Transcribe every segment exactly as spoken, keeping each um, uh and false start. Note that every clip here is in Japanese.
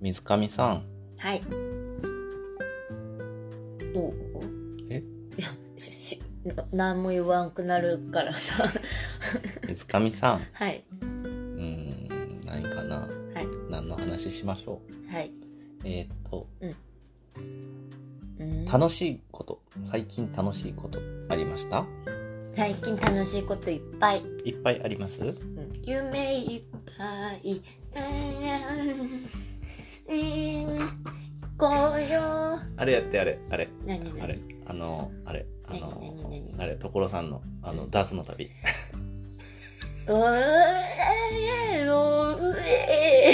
水上さん。 はい。おお。 え？ いや、しし何も言わんくなるからさ。 水上さん。 はい。 うーん、何かな。はい。何の話しましょう。はい。 えー、っと、 うん、 楽しいこと、最近楽しいことありました？ 最近楽しいこといっぱい。 いっぱいあります？うん、 夢いっぱい。行こうよ。 あれやってあれあれ何何あれあのあれあの何何何あれ所さんのあのダーツの旅。 うえようえ。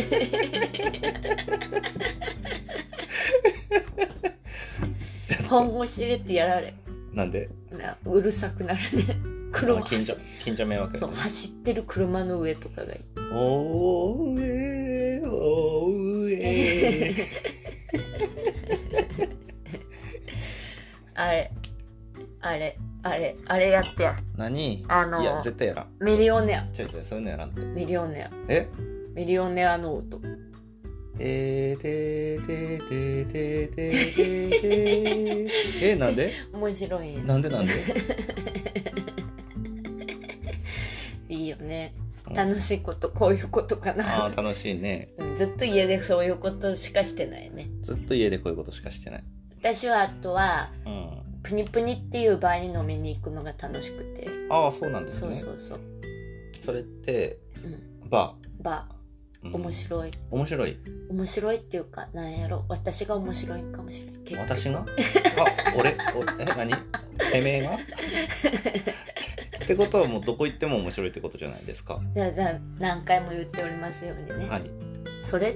本腰入れてやられ。 なんで？ なうるさくなるね。車近所近所迷惑、ね、 そう走ってる車の上とかがいい。 おーえーおーえーあれあれあれあれやってや。 何？ あのー、 いや絶対やらん。 ミリオネア。 ちょいちょいそういうのやらんって。 ミリオネア。 え？ ミリオネアの音。 てーてーてーてーてーてーてーえなんで？ 面白い。 なんでなんで？ いいよね。楽しいことこういうことかな。 あー楽しいね、 うん、ずっと家でそういうことしかしてないね。 ずっと家でこういうことしかしてない。 私はあとは、うん、プニプニっていうバーに飲みに行くのが楽しくて。 ああそうなんですね。 そうそうそう。 それって、 うん、 バーバー、うん、面白い面白い面白いっていうかなんやろ私が面白いかもしれない。 私があ俺おえ何てめえがってことはもうどこ行っても面白いってことじゃないですか。 じゃあじゃあ何回も言っておりますようにね、 はい、 それって、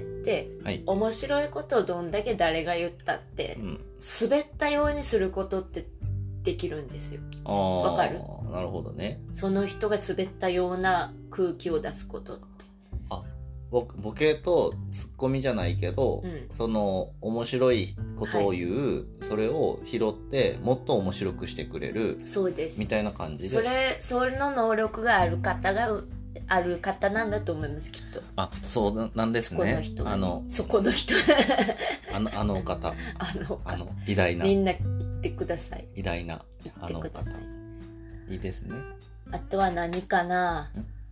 はい、面白いことをどんだけ誰が言ったって、うん、滑ったようにすることってできるんですよ。 あわかる？ なるほどね。 その人が滑ったような空気を出すことって。 あボ, ボケとツッコミじゃないけど、うん、その面白いことを言う、はい、それを拾ってもっと面白くしてくれる。 そうですみたいな感じで。 それそれの能力がある方がある方なんだと思いますきっと。 あ、そうなんですね。そこの人、 あのそこの人あのあの方あのあの偉大なみんな言ってください。 偉大な言ってください。 いいですね。 あとは何かな。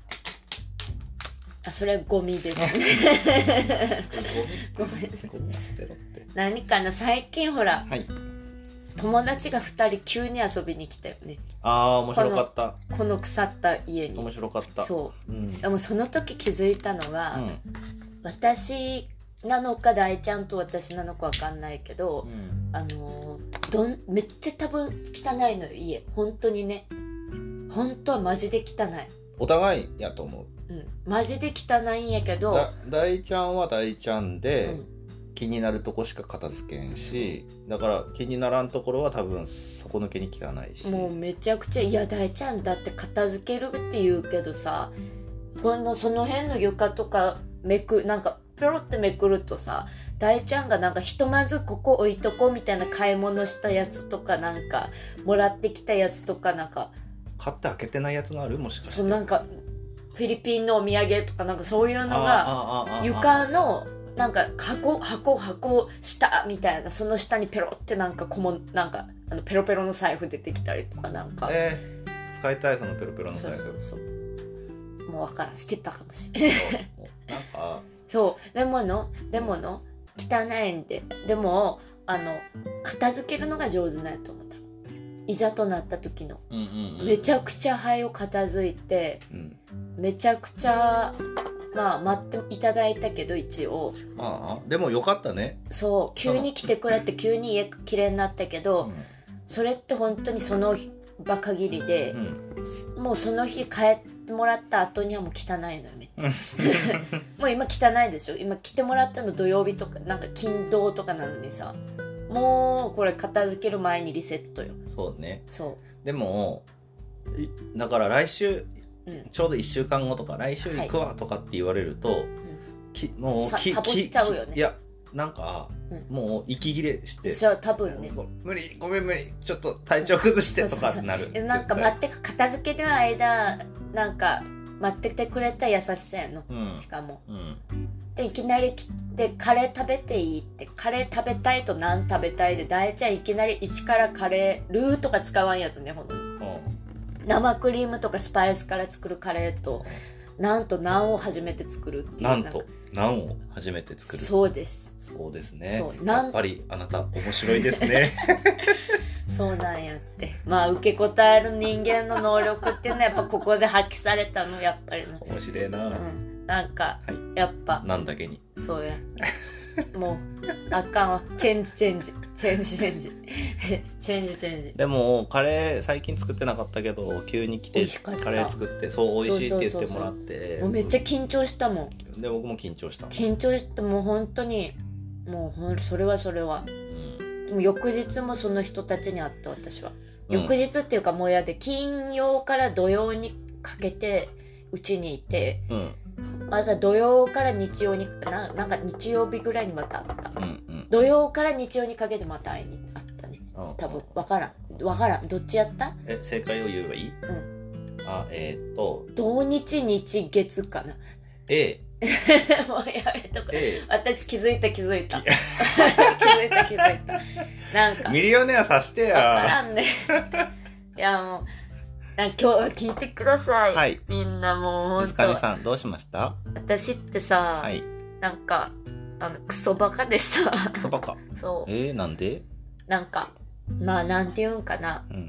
あ、それはゴミですね。 ゴミ捨てろ、ゴミ捨てろって。 何かな最近ほら、はい、友達がふたり急に遊びに来たよね。 あー面白かった。 この、この腐った家に。 面白かった。 そう、 うん、 でもその時気づいたのが、うん、私なのか大ちゃんと私なのか分かんないけど、うん、あのどんめっちゃ多分汚いのよ家。本当にね、本当はマジで汚い。 お互いやと思う。 うん、マジで汚いんやけど、 だ大ちゃんは大ちゃんで、うん、気になるとこしか片付けんし、だから気にならんところは多分底抜けに汚いし、 もうめちゃくちゃ、いや大ちゃんだって片付けるって言うけどさ、このその辺の床とかめくなんかピョロってめくるとさ、大ちゃんがなんかひとまずここ置いとこうみたいな買い物したやつとか、なんかもらってきたやつとか、なんか買って開けてないやつがある？もしかして。 そうなんかフィリピンのお土産とかなんかそういうのが床のなんか箱箱箱下みたいな、その下にペロってなんかこもなんかあのペロペロの財布出てきたりとかなんか、 えー、使いたいそのペロペロの財布。 そうそうそう、もう分からん、捨てたかもしれない。 なんかそうでものでもの汚いんで、でもあの片付けるのが上手なんやと思った。いざとなった時の、うんうんうん、めちゃくちゃ灰を片付いて、うん、めちゃくちゃまあ待っていただいたけど一応ああでもよかったね。そう急に来てくれて急に家きれいになったけど、うん、それって本当にその場限りで、うん、もうその日帰ってもらった後にはもう汚いのよめっちゃ。もう今汚いでしょ。今来てもらったの土曜日とかなんか金土とかなのにさ、もうこれ片付ける前にリセットよ。 そうね。 そうでもだから来週、うん、ちょうどいっしゅうかんごとか来週行くわとかって言われると、はい、きもうきサボっちゃうよね。 いやなんか、うん、もう息切れしてそう多分ね、 無理ごめん無理ちょっと体調崩してとかになる。 そうそうそう、なんか待って片付けてる間なんか待っててくれた優しさやの、うん、しかも、うん、 でいきなり来てカレー食べていいってカレー食べたいと何食べたいで大ちゃんいきなり一からカレールーとか使わんやつねほんとに、うん、生クリームとかスパイスから作るカレーとなんとナンを初めて作るっていうなんとナンを初めて作るそうですそうですねそうやっぱりあなた面白いですねそうなんやってまあ受け答える人間の能力っていうのはやっぱここで発揮されたのやっぱりの面白いな、うん、 なんか、はい、やっぱなんだけにそうやもうあかんわチェンジチェンジチェンジチェンジチェンジチェンジでもカレー最近作ってなかったけど急に来てカレー作ってそう美味しいって言ってもらってもうめっちゃ緊張したもんで僕も緊張した緊張してもう本当にもうほんそれはそれは、うん、でも翌日もその人たちに会った私は、うん、翌日っていうかもうやで金曜から土曜にかけてうちにいて、うんあじゃあ土曜から日曜に な, なんか日曜日ぐらいにまた会った、うんうん、土曜から日曜にかけてまた会いに会ったね多分分からん分からんどっちやったえ正解を言えばいいうんあえー、っと土日日月かな A もうやめとこ A 私気づいた気づいた気づいた気づいたなんかミリオネアさしてや分からんねいやもう今日は聞いてください、はい、みんなもうほんと水上さんどうしました私ってさ、はい、なんかあのクソバカでさクソバカそうえー、なんでなんかまあなんていうんかな、うん、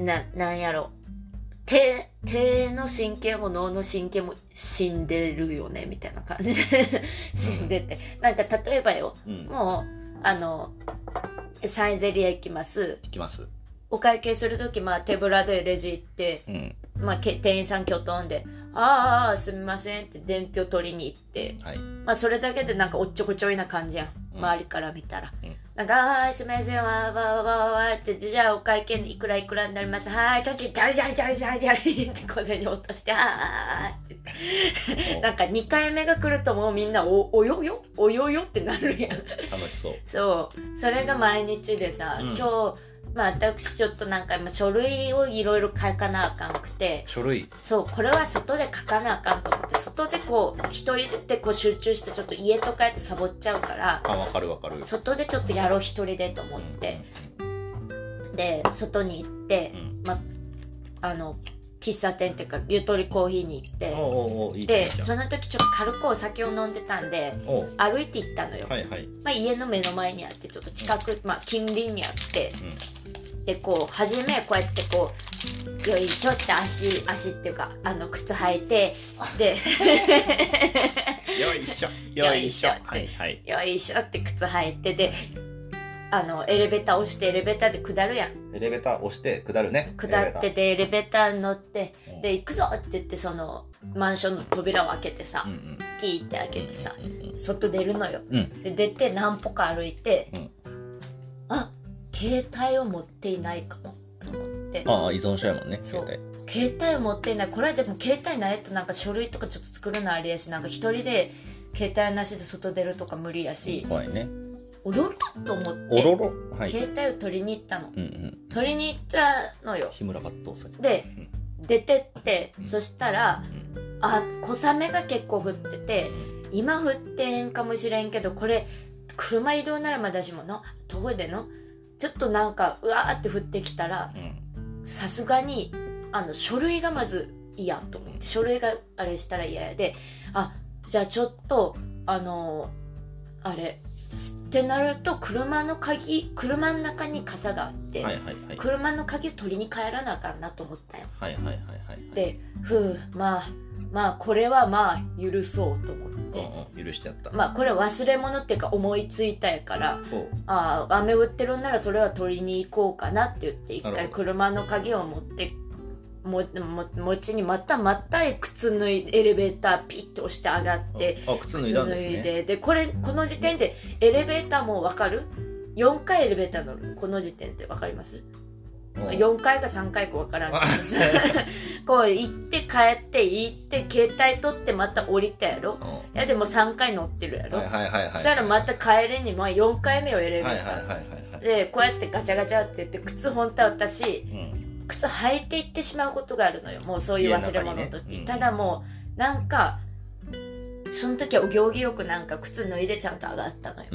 ななんやろ手手の神経も脳の神経も死んでるよねみたいな感じで死んでて、うん、なんか例えばよ、うん、もうあのサイゼリア行きます行きますお会計するとき、まあ、手ぶらでレジ行って、うんまあ、店員さんきょとんで「ああすみません」って伝票取りに行って、はいまあ、それだけでなんかおっちょこちょいな感じやん、うん、周りから見たら、うん、なんか「はいすみませんわーわーわーわー」ってじゃあお会計いくらいくらになりますはいちょちょジャリジャリジャリジャリジャリって小銭落として「あー」ってなんかにかいめが来るともうみんなおおよよおよよってなるやん楽しそうそうそれが毎日でさ、うん、今日まあ私ちょっとなんか今書類をいろいろ書かなあかんくて書類そうこれは外で書かなあかんと思って外でこう一人でこう集中してちょっと家とかやってサボっちゃうからあ分かる分かる外でちょっとやろう一人でと思って、うん、で外に行って、うん、まあの喫茶店っていうかゆとりコーヒーに行っておうおうおういいでその時ちょっと軽くお酒を飲んでたんで歩いて行ったのよ、 はいはいまあ、家の目の前にあってちょっと近く、うんまあ、近隣にあって、うん、でこう初めこうやってこうよいしょって足足っていうかあの靴履いてでよいしょよいしょはいはい、よいしょって靴履いてであのエレベーター押してエレベーターで下るやんエレベーター押して下るね下ってでエレベーターに乗って、うん、で行くぞって言ってそのマンションの扉を開けてさ、うんうん、キーって開けてさ、うんうん、外出るのよ、うん、で出て何歩か歩いて、うん、あ携帯を持っていないかもと思ってああ依存症やもんね携帯携帯を持っていないこれはでも携帯ないとなんか書類とかちょっと作るのあれやしなんか一人で携帯なしで外出るとか無理やし怖いねおろろと思っておろろ、はい、 携帯を取りに行ったの、うんうん、取りに行ったのよ日村抜刀斎で、うん、出てって、うん、そしたら、うん、あ小雨が結構降ってて、うん、今降ってへんかもしれんけどこれ車移動ならまだしものどこでのちょっとなんかうわーって降ってきたらさすがにあの書類がまず嫌と思って書類があれしたら嫌やであじゃあちょっとあのあれってなると車の鍵車の中に傘があって、はいはいはい、車の鍵を取りに帰らなあかんなと思ったよ、 はいはいはいはい、 でふうまあまあこれはまあ許そうと思って、 うんうん、許しちゃったまあこれ忘れ物っていうか思いついたやからそうあ雨降ってるんならそれは取りに行こうかなって言って一回車の鍵を持ってもも持ちにまたまた靴脱いエレベーターピッと押して上がってあ靴脱いだんですね靴脱いででこれこの時点でエレベーターも分かるよんかいエレベーター乗るこの時点で分かりますよんかいかさんかいか分からんけどこう行って帰って行って携帯取ってまた降りたやろいやでもさんかい乗ってるやろ、はいはいはいはい、そしたらまた帰りにまあよんかいめをエレベーター、はいはいはいはい、でこうやってガチャガチャって言って靴本当は私、うん靴履いていってしまうことがあるのよもうそういう忘れ物の時、ねうん、ただもうなんかその時はお行儀よくなんか靴脱いでちゃんと上がったのよ、うん、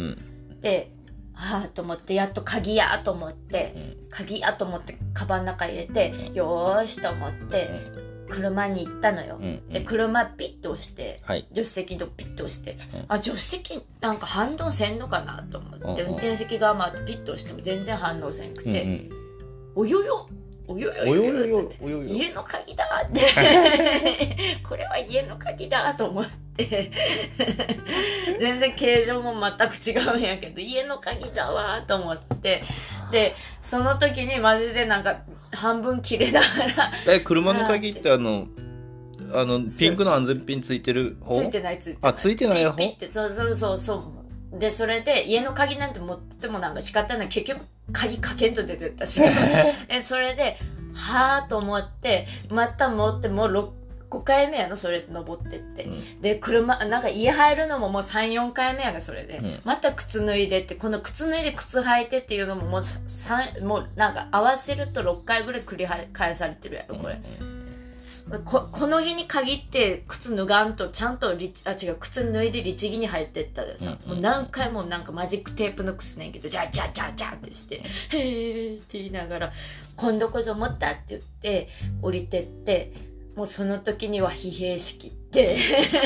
でああと思ってやっと鍵やと思って、うん、鍵やと思ってカバンの中入れて、うん、よーしと思って、うん、車に行ったのよ、うん、で車ピッと押して、はい、助手席とピッと押して、うん、あ助手席なんか反応せんのかなと思って、うん、運転席側回ってピッと押しても全然反応せんくて、うんうん、およよおよよよよよおよよ家の鍵だってこれは家の鍵だと思って全然形状も全く違うんやけど家の鍵だわと思って、でその時にマジでなんか半分切れながらえ車の鍵ってあのあのピンクの安全ピンついてる方？ ついてないついてないあついてない方？ ピッピッてそうそうそうそうでそれで家の鍵なんて持ってもなんか仕方ない結局鍵かけんと出てったしえそれではぁと思ってまた持ってもうごかいめやのそれ登ってって、うん、で車なんか家入るのももう さん,よん 回目やがそれで、うん、また靴脱いでってこの靴脱いで靴履いてっていうのももうさんもうなんか合わせるとろっかいぐらい繰り返されてるやろこれ、うん、こ, この日に限って靴脱がんとちゃんとリあ違う靴脱いで律儀に入ってったでさ、うん、もう何回もなんかマジックテープの靴ねんけどジャジャジャジャってしてへーって言いながら今度こそ持ったって言って降りてってもうその時には疲弊しきって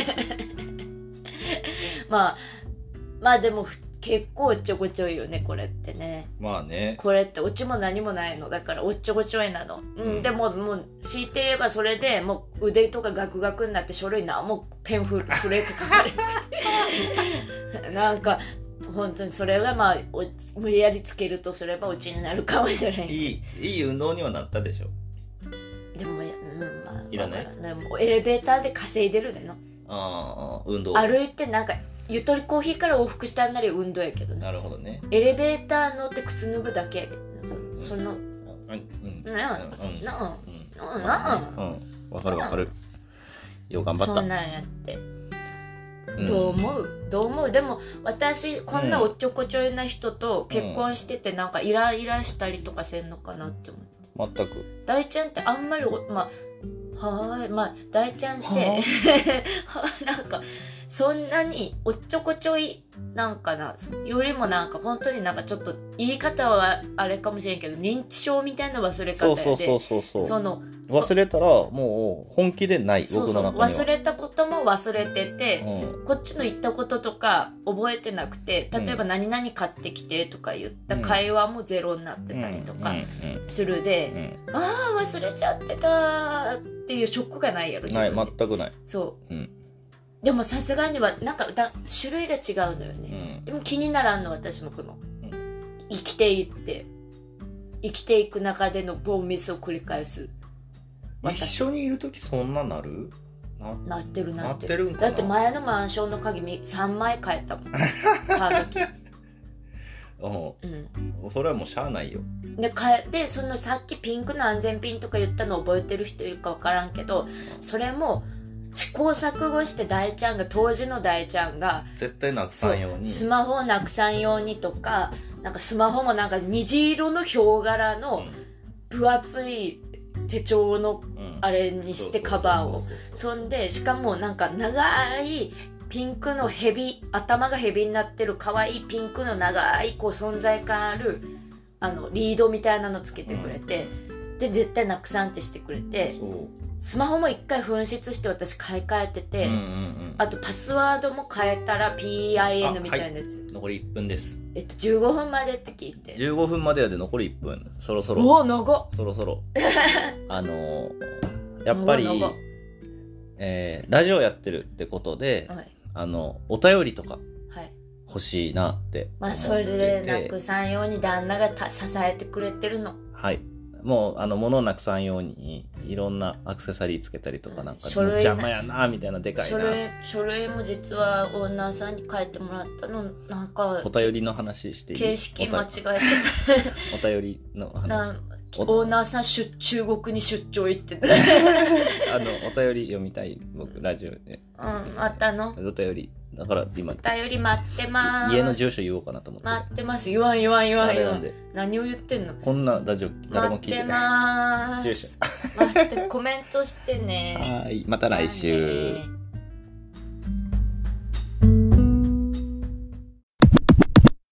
まあまあでも結構おっちょこちょいよねこれってね。 まあねこれってオチも何もないのだからおっちょこちょいなの、うん、うん、でももう強いて言えばそれでもう腕とかガクガクになって書類何もペンフレーク書かれなくてなんか本当にそれがまあ無理やりつけるとすればオチになるかもしれない。 いいいい運動にはなったでしょ。 でも、うんまあ、 いらない。 でもエレベーターで稼いでるでの。 ああ運動。 歩いてなんかゆとりコーヒーから往復したんなり運動やけどね。 なるほどね。 エレベーター乗って靴脱ぐだけやけど、うん、そ, その。うんうんうんなうんわかるわかる。よう頑張った。 そうなんやって。どう思う、うん、どう思うでも私こんなおっちょこちょいな人と結婚しててなんかイライラしたりとかせんのかなって思って。 全く大ちゃんってあんまりまあはーいまあ大ちゃんってなんかそんなにおっちょこちょいなんかなよりもなんか本当になんかちょっと言い方はあれかもしれんけど認知症みたいな忘れ方やでそうそうそうそうその忘れたらもう本気でない僕の中には忘れたことも忘れてて、うん、こっちの言ったこととか覚えてなくて例えば何々買ってきてとか言った会話もゼロになってたりとかするで、うんうんうん、ああ忘れちゃってたっていうショックがないやろない全くないそう、うんでもさすがにはなんかだ種類が違うのよね、うん、でも気にならんの私のこの、うん、生きていって生きていく中でのボンミスを繰り返す一緒にいる時そんななるな, なってるなってるなってるんかなだって前のマンションの鍵さんまい変えたもんカードキーうん、それはもうしゃあないよでかでそのさっきピンクの安全ピンとか言ったの覚えてる人いるか分からんけどそれも試行錯誤して大ちゃんが当時の大ちゃんが絶対なくさんようにスマホをなくさんようにとかなんかスマホもなんか虹色のヒョウ柄の分厚い手帳のあれにしてカバーをそんでしかもなんか長いピンクのヘビ頭がヘビになってる可愛いピンクの長いこう存在感あるあのリードみたいなのつけてくれて、うん、で絶対なくさんってしてくれてスマホも一回紛失して私買い替えてて、うんうんうん、あとパスワードも変えたら ピーアイエヌ みたいなやつ、はい、 残りいっぷんですえっとじゅうごふんまでって聞いてじゅうごふんまでやで残りいっぷんそろそろうわ長っそろそろあのー、やっぱり、えー、ラジオやってるってことで、はい、あのお便りとか欲しいなって思ってて、まあ、それでなくさんように旦那がた支えてくれてるのはいもうあの物をなくさんようにいろんなアクセサリーつけたりとかなんか邪魔やなみたいなでかいな書類、書類も実はオーナーさんに書いてもらったのなんかお便りの話していい形式間違えてたお便りの話オーナーさん出中国に出張行ってたあのお便り読みたい僕ラジオでうんあったのお便りだから今お便り待ってまーす家の住所言おうかなと思って待ってます言わん言わん言わん言わん何を言ってんのこんなラジオ誰も聞いてない待ってまーす待ってコメントしてねはいまた来週